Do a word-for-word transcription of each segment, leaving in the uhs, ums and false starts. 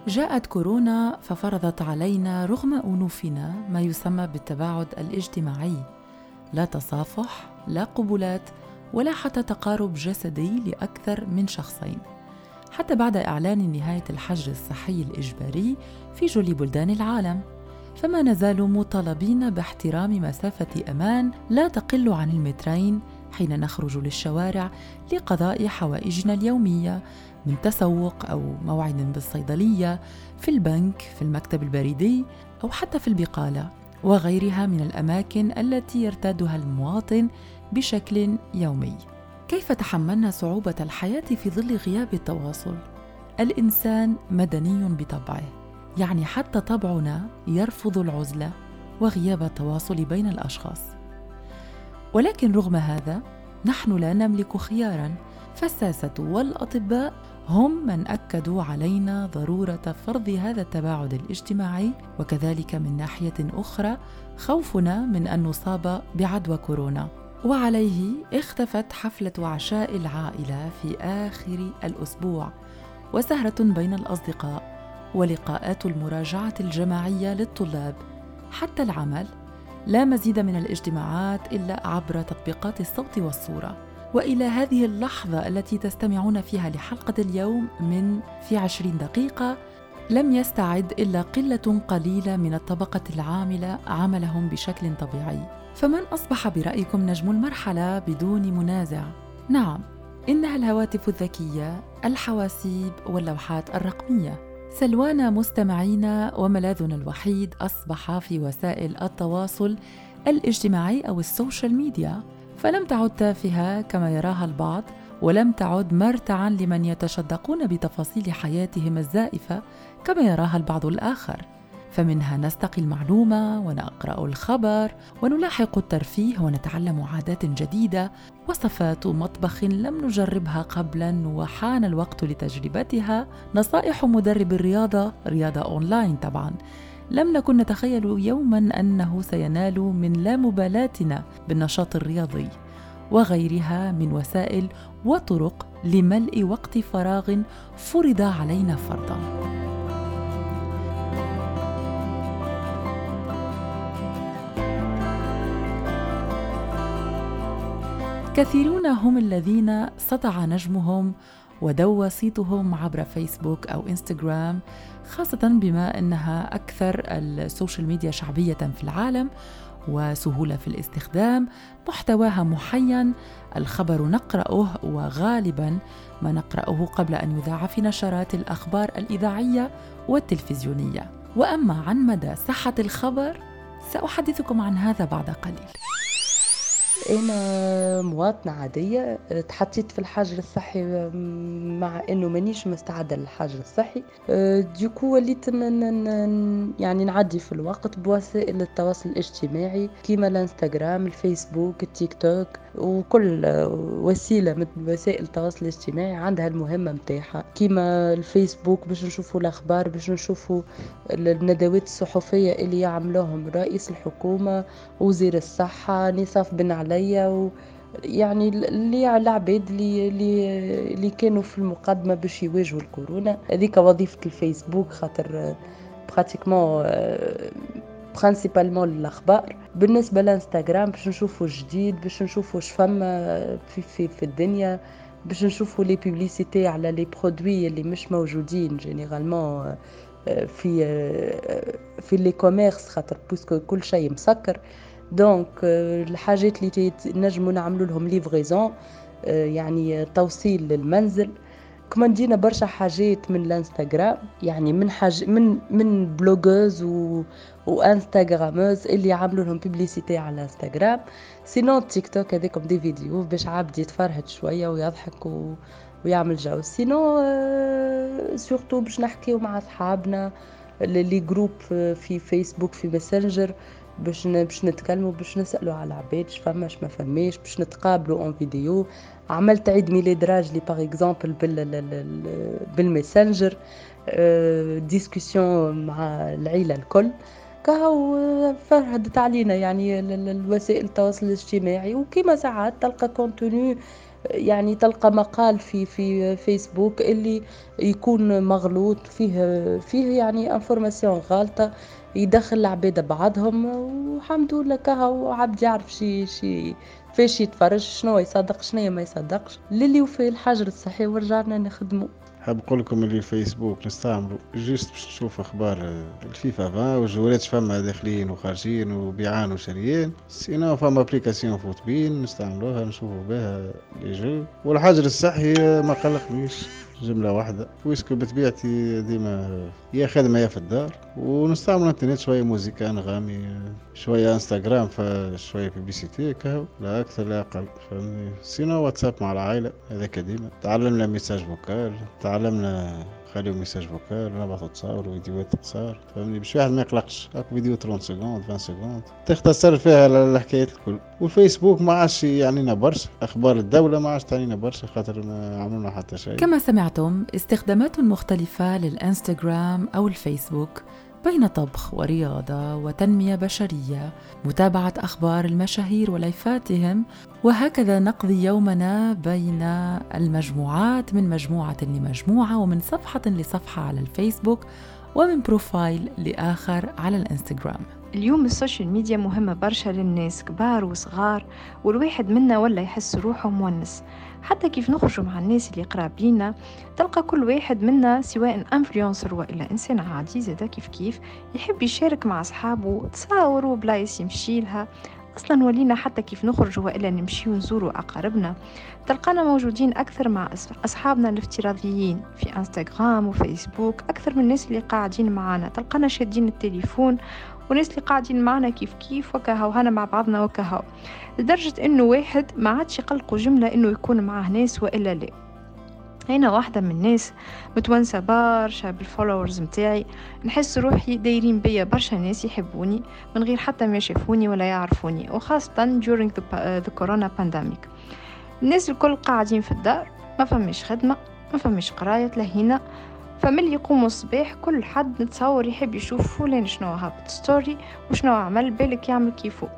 جاءت كورونا ففرضت علينا رغم أنوفنا ما يسمى بالتباعد الاجتماعي، لا تصافح، لا قبلات، ولا حتى تقارب جسدي لأكثر من شخصين، حتى بعد إعلان نهاية الحجر الصحي الإجباري في جل بلدان العالم. فما نزالوا مطالبين باحترام مسافة أمان لا تقل عن المترين حين نخرج للشوارع لقضاء حوائجنا اليومية، من تسوق أو موعد بالصيدلية، في البنك، في المكتب البريدي، أو حتى في البقالة وغيرها من الأماكن التي يرتادها المواطن بشكل يومي. كيف تحملنا صعوبة الحياة في ظل غياب التواصل؟ الإنسان مدني بطبعه، يعني حتى طبعنا يرفض العزلة وغياب التواصل بين الأشخاص. ولكن رغم هذا نحن لا نملك خياراً، فالساسة والأطباء هم من أكدوا علينا ضرورة فرض هذا التباعد الاجتماعي، وكذلك من ناحية أخرى خوفنا من أن نصاب بعدوى كورونا. وعليه اختفت حفلة عشاء العائلة في آخر الأسبوع، وسهرة بين الأصدقاء، ولقاءات المراجعة الجماعية للطلاب. حتى العمل لا مزيد من الاجتماعات إلا عبر تطبيقات الصوت والصورة. وإلى هذه اللحظة التي تستمعون فيها لحلقة اليوم من في عشرين دقيقة، لم يستعد إلا قلة قليلة من الطبقة العاملة عملهم بشكل طبيعي. فمن أصبح برأيكم نجم المرحلة بدون منازع؟ نعم، إنها الهواتف الذكية، الحواسيب واللوحات الرقمية. سلوانا مستمعينا، وملاذنا الوحيد أصبح في وسائل التواصل الاجتماعي أو السوشيال ميديا، فلم تعد تافهة كما يراها البعض، ولم تعد مرتعاً لمن يتشدقون بتفاصيل حياتهم الزائفة كما يراها البعض الآخر. فمنها نستقي المعلومة ونقرأ الخبر ونلاحق الترفيه ونتعلم عادات جديدة، وصفات مطبخ لم نجربها قبلاً وحان الوقت لتجربتها، نصائح مدرب الرياضة، رياضة أونلاين طبعاً، لم نكن نتخيل يوماً أنه سينال من لا مبالاتنا بالنشاط الرياضي، وغيرها من وسائل وطرق لملء وقت فراغ فرض علينا فرضاً. كثيرون هم الذين سطع نجمهم ودوى صيتهم عبر فيسبوك أو إنستغرام، خاصة بما أنها أكثر السوشيال ميديا شعبية في العالم وسهولة في الاستخدام، محتواها محيّن، الخبر نقرأه وغالباً ما نقرأه قبل أن يذاع في نشرات الأخبار الإذاعية والتلفزيونية. وأما عن مدى صحة الخبر سأحدثكم عن هذا بعد قليل. أنا مواطنة عادية تحطيت في الحجر الصحي مع أنه مانيش مستعدة للحجر الصحي، ديكو وليت يعني نعدي في الوقت بوسائل التواصل الاجتماعي كيما الانستغرام، الفيسبوك، التيك توك، وكل وسيلة من وسائل التواصل الاجتماعي عندها المهمة متاعها. كيما الفيسبوك باش نشوفوا الأخبار، باش نشوفوا الندوات الصحفية اللي يعملوهم رئيس الحكومة، وزير الصحة، نصاف بن عليا، و يعني اللي العباد اللي اللي اللي كانوا في المقدمة باش يواجهوا الكورونا. هذيك وظيفة الفيسبوك، خاطر براتيكمون برينسيبالمون الاخبار. بالنسبه للانستغرام باش نشوفوا جديد، باش نشوفوا واش فما في, في في الدنيا، باش نشوفوا لي بوبليسيتي على لي برودوي اللي مش موجودين جينيرالمون في في لي كوميرس، خاطر بوسكو كل شيء مسكر. دونك الحاجات اللي نجموا نعملوا لهم ليفريزون، يعني توصيل للمنزل. كمان دينا برشا حاجات من الانستغرام، يعني من حاج من من بلوغوز و وانستغراموز اللي يعملوا لهم بيبليسيتي على الانستغرام. سينو تيك توك هذيكم دي فيديو باش عبد يتفرهد شويه ويضحك و... ويعمل جو. سينو آه... سورتو باش نحكيو مع اصحابنا اللي جروب في فيسبوك، في ماسنجر، باش باش نتكلموا، باش نسالوا على العباد فماش ما فماش، باش نتقابلوا اون فيديو. عملت عيد ميلاد راجلي باغ اكزامبل بال بالماسنجر، ديسكوسيون مع العيله الكل، كهو فرهدت علينا يعني الوسائل التواصل الاجتماعي. وكيما ساعات تلقى كونتوني يعني تلقى مقال في في فيسبوك اللي يكون مغلوط فيه فيه يعني انفورماسيون غالطة، يدخل العباد بعضهم، والحمد لله كهو عبد يعرف شي شي فاش يتفرج، شنو يصدق شنو ما يصدقش، للي وفي الحجر الصحي ورجعنا نخدمه. حاب نقول لكم اللي الفيسبوك نستعملوا جيست باش نشوف اخبار الفيفا عشرين والجولات فما داخلين وخارجين وبيعان وشريين، سينو فما ابليكاسيون فوتبين نستعملوها نشوفوا بها لي جو. والحجر الصحي ما قلقنيش، جملة واحدة ويسكو بطبيعتي ديما يا خدمة يا في الدار، ونستعمل الانترنت شوية موسيقى انغامي، شوية انستغرام فشوية بيبيسيتي كهو، لا اكثر لا اقل فهمني. سينو واتساب مع العائلة هذاك ديما، تعلمنا ميساج فوكال، تعلمنا خليو ميساج فوكال نبعثوا تصاور وفيديوهات قصار فهمني، باش واحد ما يقلقش. هاك فيديو ثلاثين سكوند عشرين سكوند تختصر فيها الحكايات الكل. والفيسبوك ما عادش يعنينا برشا، اخبار الدولة ما عادش تعنينا برشا خاطر ما عملنا حتى شيء. كما سمعتم استخدامات مختلفة للإنستغرام أو الفيسبوك بين طبخ ورياضة وتنمية بشرية، متابعة أخبار المشاهير ولايفاتهم، وهكذا نقضي يومنا بين المجموعات من مجموعة لمجموعة، ومن صفحة لصفحة على الفيسبوك، ومن بروفايل لآخر على الإنستغرام. اليوم السوشيال ميديا مهمة برشا للناس كبار وصغار، والواحد منا ولا يحس روحه مونس. حتى كيف نخرجوا مع الناس اللي قرابينا تلقى كل واحد منا سواء انفلونسر وإلا إنسان عادي زادا كيف كيف يحب يشارك مع أصحابه تصاور وبلايص يمشي لها. أصلا ولينا حتى كيف نخرج وإلا نمشي ونزوروا أقاربنا تلقانا موجودين أكثر مع أصحابنا الافتراضيين في انستغرام وفيسبوك أكثر من الناس اللي قاعدين معنا. تلقانا شادين التليفون وناس اللي قاعدين معنا كيف كيف وكهو هنا مع بعضنا وكهو، لدرجة إنه واحد ما عادش يقلقوا جملة إنه يكون معه ناس وإلا لا. هنا واحدة من الناس متونسة برشا بالفولورز متاعي، نحس روحي دايرين بيا برشا ناس يحبوني من غير حتى ما يشوفوني ولا يعرفوني، وخاصة during the, the corona pandemic. الناس الكل قاعدين في الدار، ما فمش خدمة، ما فمش قراية لهنا، فمن يقوموا الصباح كل حد نتصور يحب يشوف فلان شنو هابط ستوري وشنو عمل، بالك يعمل كيفه.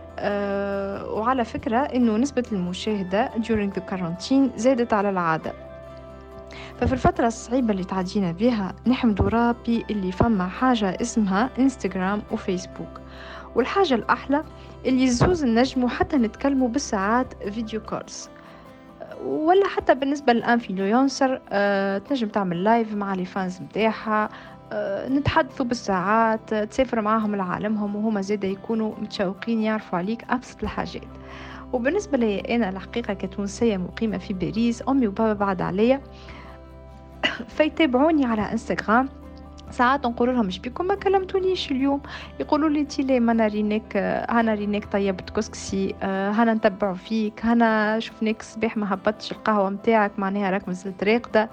أه وعلى فكرة إنه نسبة المشاهدة during the quarantine زادت على العادة. ففي الفترة الصعيبة اللي تعدينا بها نحمد ربي اللي فما حاجة اسمها انستغرام وفيسبوك، والحاجة الأحلى اللي يزوز النجم حتى نتكلموا بالساعات فيديو كولز، ولا حتى بالنسبة للانفلونسر أه تنجم تعمل لايف مع لي فانز متاعها، أه نتحدثوا بالساعات، تسافر معاهم لعالمهم وهما زيدا يكونوا متشوقين يعرفوا عليك أبسط الحاجات. وبالنسبة لي أنا الحقيقة كتونسية مقيمة في باريس، أمي وبابا بعد عليا فيتابعوني على انستغرام. ساعات نقول لهم مش بيكم ما كلمتونيش اليوم، يقولوا لي تيلي ما نرينك، هنا رينك طيبت كسكسي، هنا نتبعوا فيك، هنا شفناك الصباح ما هبطش القهوة متاعك معناها راك مازلت راقدة.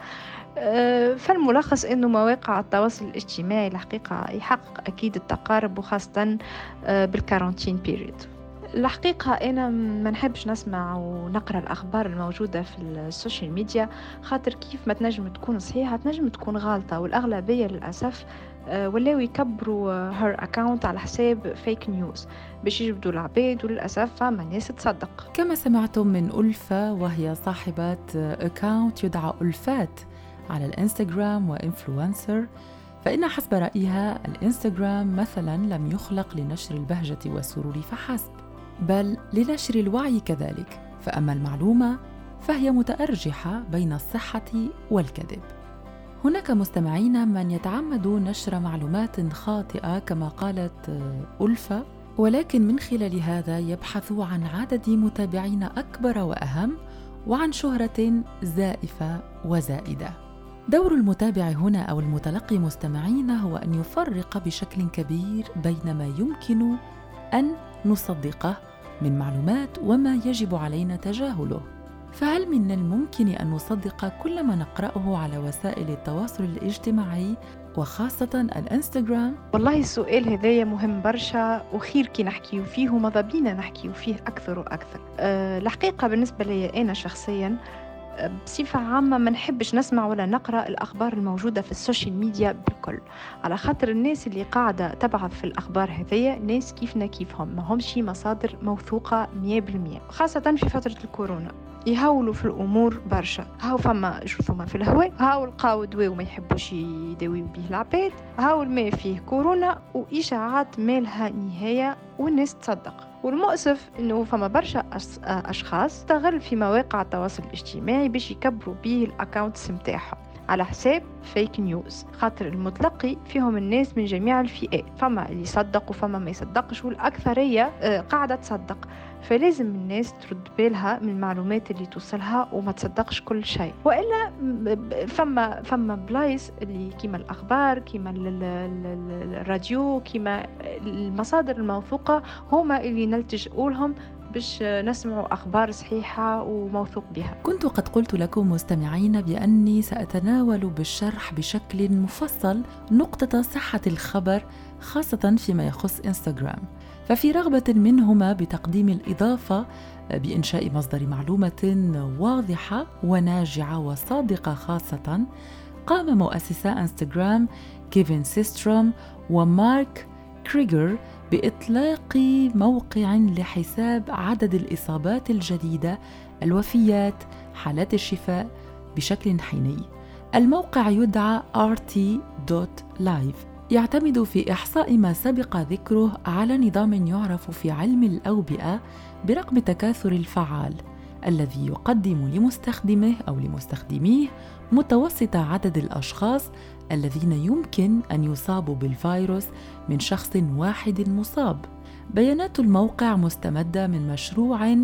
فالملخص انه مواقع التواصل الاجتماعي الحقيقة يحقق اكيد التقارب، وخاصة بالكارانتين بيريد. الحقيقة أنا ما نحبش نسمع ونقرأ الأخبار الموجودة في السوشيال ميديا، خاطر كيف ما تنجم تكون صحيحة تنجم تكون غالطة، والأغلبية للأسف ولاو يكبروا هير أكاونت على حساب فيك نيوز باش يجبدوا العباد، وللأسف فما ناس تصدق. كما سمعتم من ألفة وهي صاحبة أكاونت يدعى ألفات على الإنستغرام وإنفلونسر، فإن حسب رأيها الإنستغرام مثلا لم يخلق لنشر البهجة والسرور فحسب، بل لنشر الوعي كذلك، فأما المعلومة فهي متأرجحة بين الصحة والكذب. هناك مستمعين من يتعمدوا نشر معلومات خاطئة كما قالت ألفة، ولكن من خلال هذا يبحثوا عن عدد متابعين أكبر وأهم، وعن شهرة زائفة وزائدة. دور المتابع هنا أو المتلقي مستمعين هو أن يفرق بشكل كبير بين ما يمكن أن نصدقه من معلومات وما يجب علينا تجاهله. فهل من الممكن أن نصدق كل ما نقرأه على وسائل التواصل الاجتماعي وخاصة الانستغرام؟ والله السؤال هذايا مهم برشا، وخير كي نحكيو فيه وماذا بينا نحكيو فيه أكثر وأكثر. أه الحقيقة بالنسبة لي أنا شخصياً بصفة عامة ما نحبش نسمع ولا نقرأ الأخبار الموجودة في السوشيال ميديا بالكل، على خاطر الناس اللي قاعدة تبعث في الأخبار هذية ناس كيفنا كيفهم، ما همشي مصادر موثوقة مية بالمية، خاصة في فترة الكورونا. يهولوا في الامور برشا. هاو فما شو فما في الهواء، هاو لقاو دواء وما يحبوش يداويو به العباد، هاو الماء فيه كورونا، واشاعات مالها نهايه والناس تصدق. والمؤسف انه فما برشا اشخاص استغل في مواقع التواصل الاجتماعي باش يكبروا به الاكاونتس نتاعهم على حساب فيك نيوز، خاطر المتلقي فيهم الناس من جميع الفئات، فما اللي يصدق وفما ما يصدقش، والأكثرية قاعدة تصدق. فلازم الناس ترد بالها من المعلومات اللي توصلها وما تصدقش كل شيء، وإلا فما فما بلايص اللي كيما الأخبار، كيما الراديو، كيما المصادر الموثوقة هما اللي نلتجئوا لهم باش نسمعوا أخبار صحيحة وموثوق بها. كنت قد قلت لكم مستمعين بأني سأتناول بالشرح بشكل مفصل نقطة صحة الخبر، خاصة فيما يخص إنستغرام. ففي رغبة منهما بتقديم الإضافة بإنشاء مصدر معلومة واضحة وناجعة وصادقة خاصة، قام مؤسسا إنستغرام كيفن سيستروم ومارك كريغر بإطلاق موقع لحساب عدد الإصابات الجديدة، الوفيات، حالات الشفاء بشكل حيني. الموقع يدعى آر تي دوت لايف، يعتمد في إحصاء ما سبق ذكره على نظام يعرف في علم الأوبئة برقم تكاثر الفعال، الذي يقدم لمستخدمه أو لمستخدميه متوسط عدد الأشخاص الذين يمكن أن يصابوا بالفيروس من شخص واحد مصاب. بيانات الموقع مستمدة من مشروع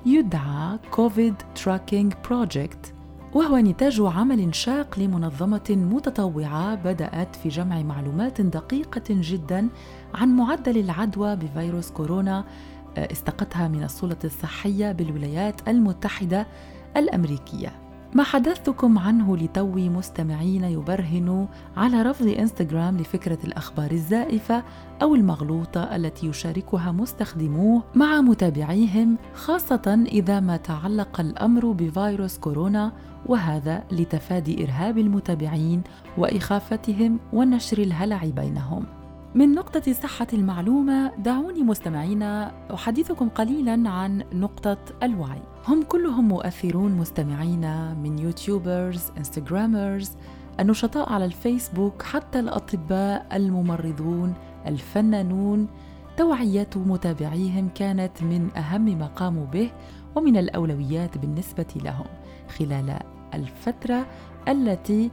يدعى كوفيد تراكينج بروجكت، وهو نتاج عمل شاق لمنظمة متطوعة بدأت في جمع معلومات دقيقة جداً عن معدل العدوى بفيروس كورونا استقتها من السلطة الصحية بالولايات المتحدة الأمريكية. ما حدثتكم عنه لتوي مستمعين يبرهن على رفض إنستغرام لفكرة الأخبار الزائفة أو المغلوطة التي يشاركها مستخدموه مع متابعيهم، خاصة إذا ما تعلق الأمر بفيروس كورونا، وهذا لتفادي إرهاب المتابعين وإخافتهم ونشر الهلع بينهم. من نقطة صحة المعلومة، دعوني مستمعين أحدثكم قليلاً عن نقطة الوعي. هم كلهم مؤثرون مستمعين، من يوتيوبرز، انستغرامرز، النشطاء على الفيسبوك، حتى الأطباء، الممرضون، الفنانون. توعية متابعيهم كانت من أهم ما قاموا به ومن الأولويات بالنسبة لهم خلال الفترة التي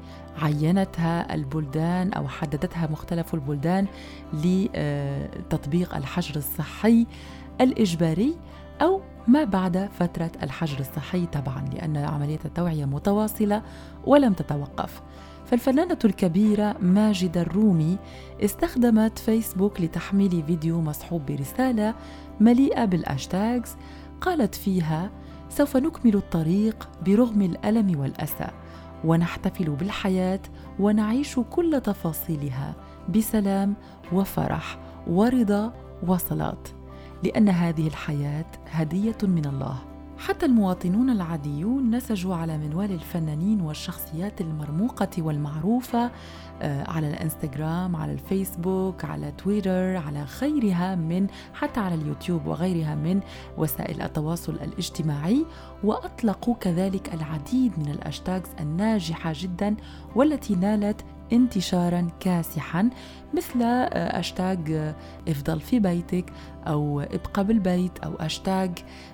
عينتها البلدان أو حددتها مختلف البلدان لتطبيق الحجر الصحي الإجباري أو ما بعد فترة الحجر الصحي طبعاً، لأن عملية التوعية متواصلة ولم تتوقف. فالفنانة الكبيرة ماجدة الرومي استخدمت فيسبوك لتحميل فيديو مصحوب برسالة مليئة بالهاشتاغز قالت فيها: سوف نكمل الطريق برغم الألم والأسى، ونحتفل بالحياة ونعيش كل تفاصيلها بسلام وفرح ورضا وصلاة، لأن هذه الحياة هدية من الله. حتى المواطنون العاديون نسجوا على منوال الفنانين والشخصيات المرموقة والمعروفة على الانستغرام، على الفيسبوك، على تويتر، على غيرها من، حتى على اليوتيوب وغيرها من وسائل التواصل الاجتماعي، وأطلقوا كذلك العديد من الهاشتاغز الناجحة جدا والتي نالت انتشاراً كاسحاً، مثل هاشتاغ افضل في بيتك، أو ابقى بالبيت، أو هاشتاغ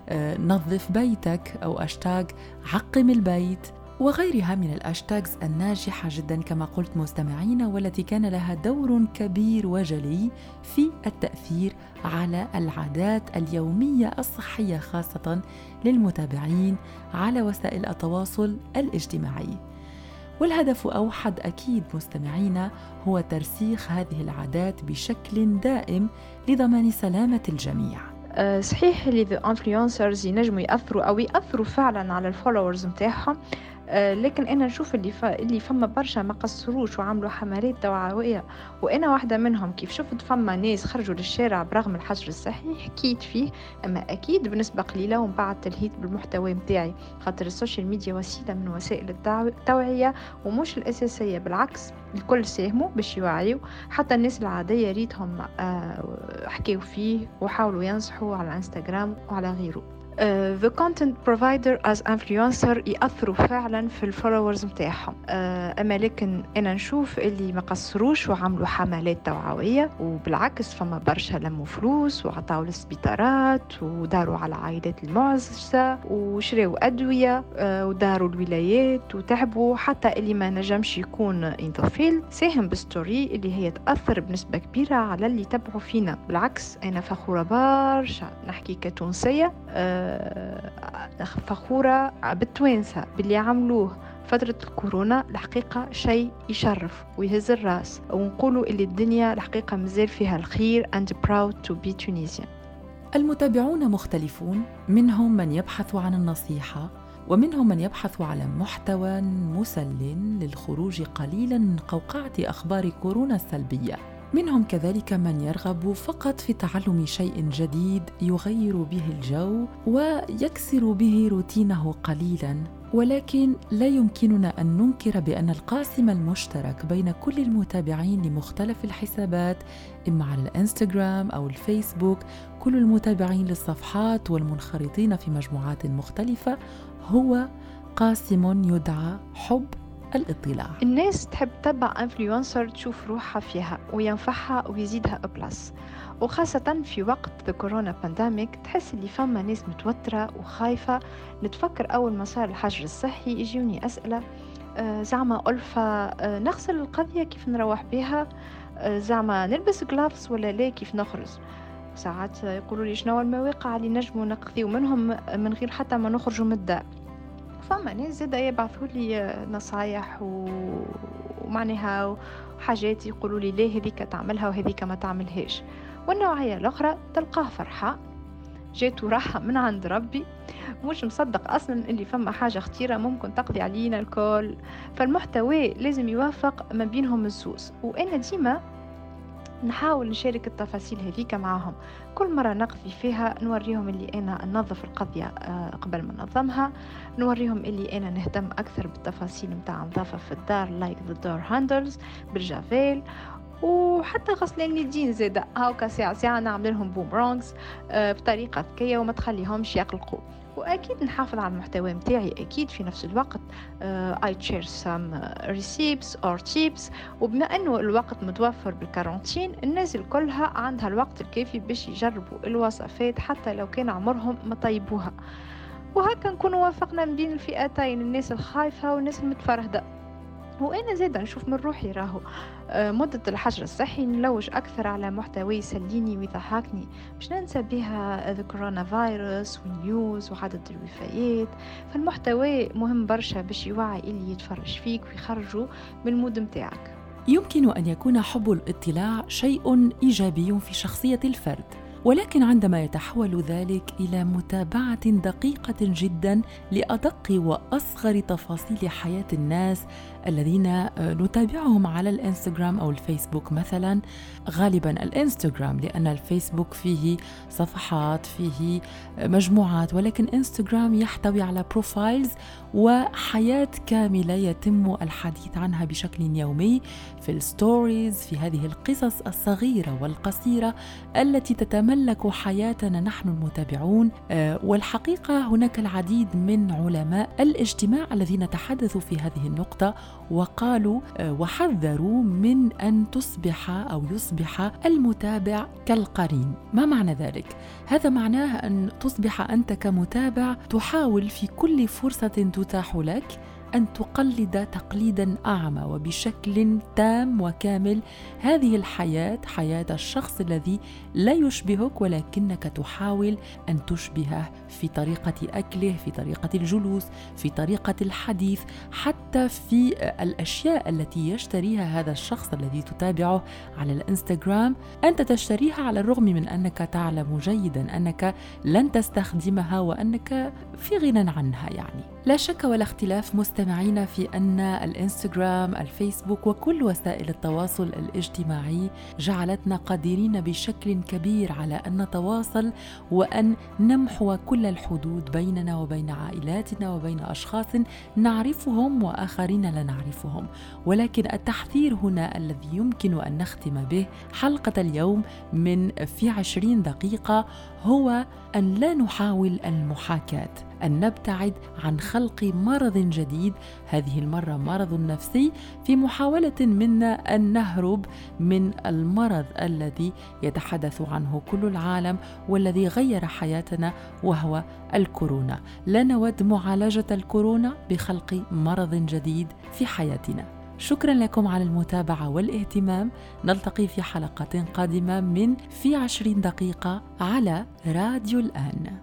نظف بيتك، أو هاشتاغ عقم البيت، وغيرها من الهاشتاغز الناجحة جداً كما قلت مستمعين، والتي كان لها دور كبير وجلي في التأثير على العادات اليومية الصحية خاصة للمتابعين على وسائل التواصل الاجتماعي. والهدف أوحد أكيد مستمعين هو ترسيخ هذه العادات بشكل دائم لضمان سلامة الجميع. أه صحيح اللي الانفلونسرز ينجموا يأثروا أو يأثروا فعلا على الفولورز متاعهم، أه لكن أنا نشوف اللي ف... اللي فما برشا ما قصروش وعملوا حملات توعوية، وأنا واحدة منهم. كيف شفت فما ناس خرجوا للشارع برغم الحجر الصحي حكيت فيه، أما أكيد بنسبة قليلة ومن بعد تلهيت بالمحتوى متاعي، خاطر السوشيال ميديا وسيلة من وسائل التوعية ومش الأساسية، بالعكس الكل ساهموا باش يوعيوا، حتى الناس العادية ريتهم أه حكيوا فيه وحاولوا ينصحوا على الانستغرام وعلى غيره. Uh, the content provider as influencer يأثروا فعلا في الفولورز متاعهم. uh, أما لكن أنا نشوف اللي ما قصروش وعملوا حملات توعوية، وبالعكس فما برشا لموا فلوس وعطاوا للسبيطارات وداروا على عائلات المعزة وشريوا أدوية uh, وداروا الولايات وتعبوا، حتى اللي ما نجمش يكون in the field ساهم بستوري اللي هي تأثر بنسبة كبيرة على اللي تبعوا فينا. بالعكس أنا فخورة برشا نحكي كتونسية uh, فخورة بالتوانسة باللي عملوه فترة الكورونا. الحقيقة شيء يشرف ويهز الراس، ونقولوا اللي الدنيا الحقيقة مازال فيها الخير and proud to be Tunisian. المتابعون مختلفون، منهم من يبحث عن النصيحة ومنهم من يبحث على محتوى مسل للخروج قليلا من قوقعة أخبار كورونا السلبية. منهم كذلك من يرغب فقط في تعلم شيء جديد يغير به الجو ويكسر به روتينه قليلاً. ولكن لا يمكننا أن ننكر بأن القاسم المشترك بين كل المتابعين لمختلف الحسابات إما على الإنستغرام أو الفيسبوك، كل المتابعين للصفحات والمنخرطين في مجموعات مختلفة، هو قاسم يدعى حب الاطلاع. الناس تحب تتبع انفلونسر تشوف روحها فيها وينفعها ويزيدها أبلس، وخاصة في وقت الكورونا بانديميك تحس اللي فما ناس متوترة وخايفة. نتفكر أول ما صار الحجر الصحي يجيوني أسئلة آه زعما ألفة آه نغسل القضية كيف نروح بها، آه زعما نلبس جلافز ولا لا كيف نخرج. ساعات يقولوا لي شنو المواقع اللي نجموا نقضيو منهم من غير حتى ما نخرجوا من الدار. فما ناس زادا يبعثوا لي نصايح ومعناها حاجات يقولوا لي ليه هذيك تعملها وهذيك ما تعملهاش. والنوعية الأخرى تلقاه فرحة جات وراحة من عند ربي، مش مصدق أصلا اللي فما حاجة خطيرة ممكن تقضي علينا الكل. فالمحتوى لازم يوافق ما بينهم الزوز، وأنا ديما نحاول نشارك التفاصيل هذيك معهم. كل مرة نقضي فيها نوريهم اللي أنا ننظف القضية قبل ما ننظمها، نوريهم اللي أنا نهتم أكثر بالتفاصيل متاع نظافة في الدار like the door handles بالجافيل، وحتى غسلين اليدين زادا هاوكا ساعة ساعة نعمل لهم بومرانجز بطريقة ذكية وما تخليهمش يقلقوا. وأكيد نحافظ على المحتوى متاعي أكيد في نفس الوقت. uh, I share some receipts or tips، وبما أنه الوقت متوفر بالكارانتين الناس كلها عندها الوقت الكافي باش يجربوا الوصفات حتى لو كان عمرهم ما طيبوها، وهكا نكونوا وافقنا بين الفئتين، الناس الخايفة والناس المتفرهدة. وأنا زادا نشوف من روحي راهو مدة الحجر الصحي نلوج أكثر على محتوى يسليني ويضحكني، مش ننسى بها الكورونا فيروس والنيوز وعدد الوفيات. فالمحتوى مهم برشا باش يوعي اللي يتفرج فيك ويخرجوا من المود متاعك. يمكن أن يكون حب الاطلاع شيء إيجابي في شخصية الفرد، ولكن عندما يتحول ذلك إلى متابعة دقيقة جدا لأدق وأصغر تفاصيل حياة الناس الذين نتابعهم على الإنستغرام أو الفيسبوك مثلا، غالبا الإنستغرام لأن الفيسبوك فيه صفحات فيه مجموعات، ولكن إنستغرام يحتوي على بروفايلز وحياة كاملة يتم الحديث عنها بشكل يومي في الستوريز، في هذه القصص الصغيرة والقصيرة التي تتملك حياتنا نحن المتابعون. والحقيقة هناك العديد من علماء الاجتماع الذين تحدثوا في هذه النقطة وقالوا وحذروا من أن تصبح أو يصبح المتابع كالقرين. ما معنى ذلك؟ هذا معناه أن تصبح أنت كمتابع تحاول في كل فرصة تتاح لك أن تقلد تقليداً أعمى وبشكل تام وكامل هذه الحياة، حياة الشخص الذي لا يشبهك، ولكنك تحاول أن تشبهه في طريقة أكله، في طريقة الجلوس، في طريقة الحديث، حتى في الأشياء التي يشتريها هذا الشخص الذي تتابعه على الإنستغرام. أنت تشتريها على الرغم من أنك تعلم جيداً أنك لن تستخدمها وأنك في غنى عنها. يعني لا شك ولا اختلاف مستمر مستمعينا في أن الإنستغرام، الفيسبوك وكل وسائل التواصل الاجتماعي جعلتنا قادرين بشكل كبير على أن نتواصل وأن نمحو كل الحدود بيننا وبين عائلاتنا وبين أشخاص نعرفهم وآخرين لا نعرفهم. ولكن التحذير هنا الذي يمكن أن نختم به حلقة اليوم من في عشرين دقيقة هو أن لا نحاول المحاكاة، أن نبتعد عن خلق مرض جديد، هذه المرة مرض نفسي، في محاولة منا أن نهرب من المرض الذي يتحدث عنه كل العالم والذي غير حياتنا وهو الكورونا. لا نود معالجة الكورونا بخلق مرض جديد في حياتنا. شكرا لكم على المتابعة والاهتمام. نلتقي في حلقة قادمة من في عشرين دقيقة على راديو الآن.